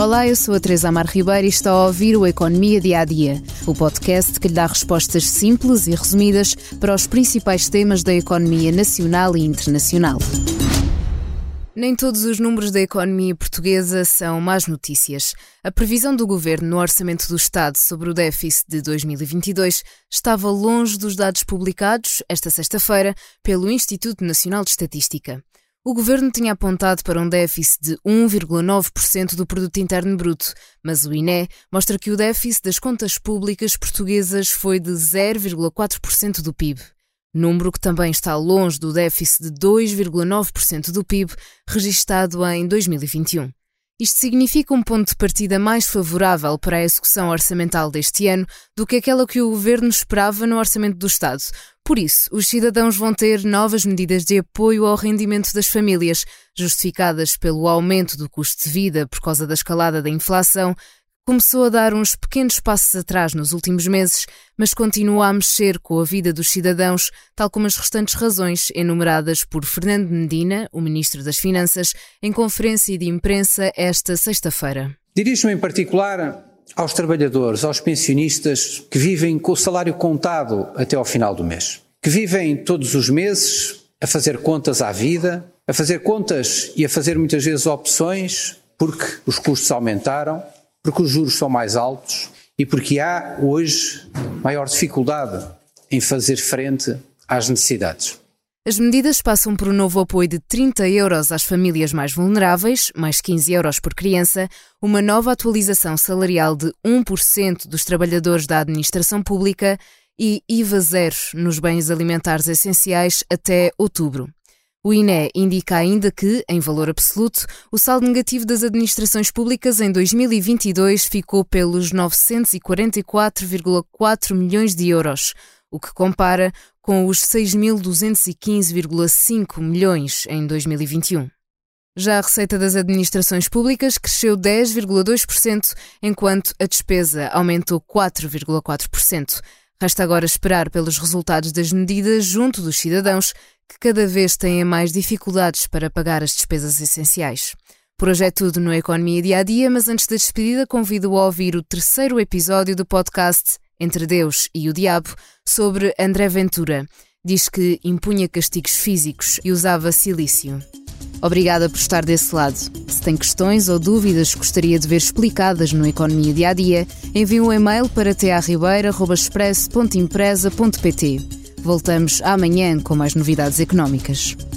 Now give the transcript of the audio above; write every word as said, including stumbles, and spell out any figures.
Olá, eu sou a Teresa Amar Ribeiro e está a ouvir o Economia Dia a Dia, o podcast que lhe dá respostas simples e resumidas para os principais temas da economia nacional e internacional. Nem todos os números da economia portuguesa são más notícias. A previsão do Governo no Orçamento do Estado sobre o déficit de dois mil e vinte e dois estava longe dos dados publicados, esta sexta-feira, pelo Instituto Nacional de Estatística. O Governo tinha apontado para um déficit de um vírgula nove por cento do Produto Interno Bruto, mas o I N E mostra que o déficit das contas públicas portuguesas foi de zero vírgula quatro por cento do P I B. Número que também está longe do déficit de dois vírgula nove por cento do P I B registado em dois mil e vinte e um. Isto significa um ponto de partida mais favorável para a execução orçamental deste ano do que aquela que o Governo esperava no Orçamento do Estado. Por isso, os cidadãos vão ter novas medidas de apoio ao rendimento das famílias, justificadas pelo aumento do custo de vida por causa da escalada da inflação, começou a dar uns pequenos passos atrás nos últimos meses, mas continua a mexer com a vida dos cidadãos, tal como as restantes razões enumeradas por Fernando Medina, o Ministro das Finanças, em conferência de imprensa esta sexta-feira. Dirijo-me em particular aos trabalhadores, aos pensionistas que vivem com o salário contado até ao final do mês, que vivem todos os meses a fazer contas à vida, a fazer contas e a fazer muitas vezes opções porque os custos aumentaram, porque os juros são mais altos e porque há hoje maior dificuldade em fazer frente às necessidades. As medidas passam por um novo apoio de trinta euros às famílias mais vulneráveis, mais quinze euros por criança, uma nova atualização salarial de um por cento dos trabalhadores da administração pública e I V A zero nos bens alimentares essenciais até outubro. O I N E indica ainda que, em valor absoluto, o saldo negativo das administrações públicas em dois mil e vinte e dois ficou pelos novecentos e quarenta e quatro vírgula quatro milhões de euros, o que compara com os seis mil duzentos e quinze vírgula cinco milhões em dois mil e vinte e um. Já a receita das administrações públicas cresceu dez vírgula dois por cento, enquanto a despesa aumentou quatro vírgula quatro por cento. Resta agora esperar pelos resultados das medidas junto dos cidadãos, que cada vez têm mais dificuldades para pagar as despesas essenciais. Por hoje é tudo no Economia Dia a Dia, mas antes da despedida convido a ouvir o terceiro episódio do podcast Entre Deus e o Diabo, sobre André Ventura. Diz que impunha castigos físicos e usava silício. Obrigada por estar desse lado. Se tem questões ou dúvidas que gostaria de ver explicadas no Economia Dia a Dia, envie um e-mail para t a ribeiro arroba expresso ponto empresa ponto p t. Voltamos amanhã com mais novidades económicas.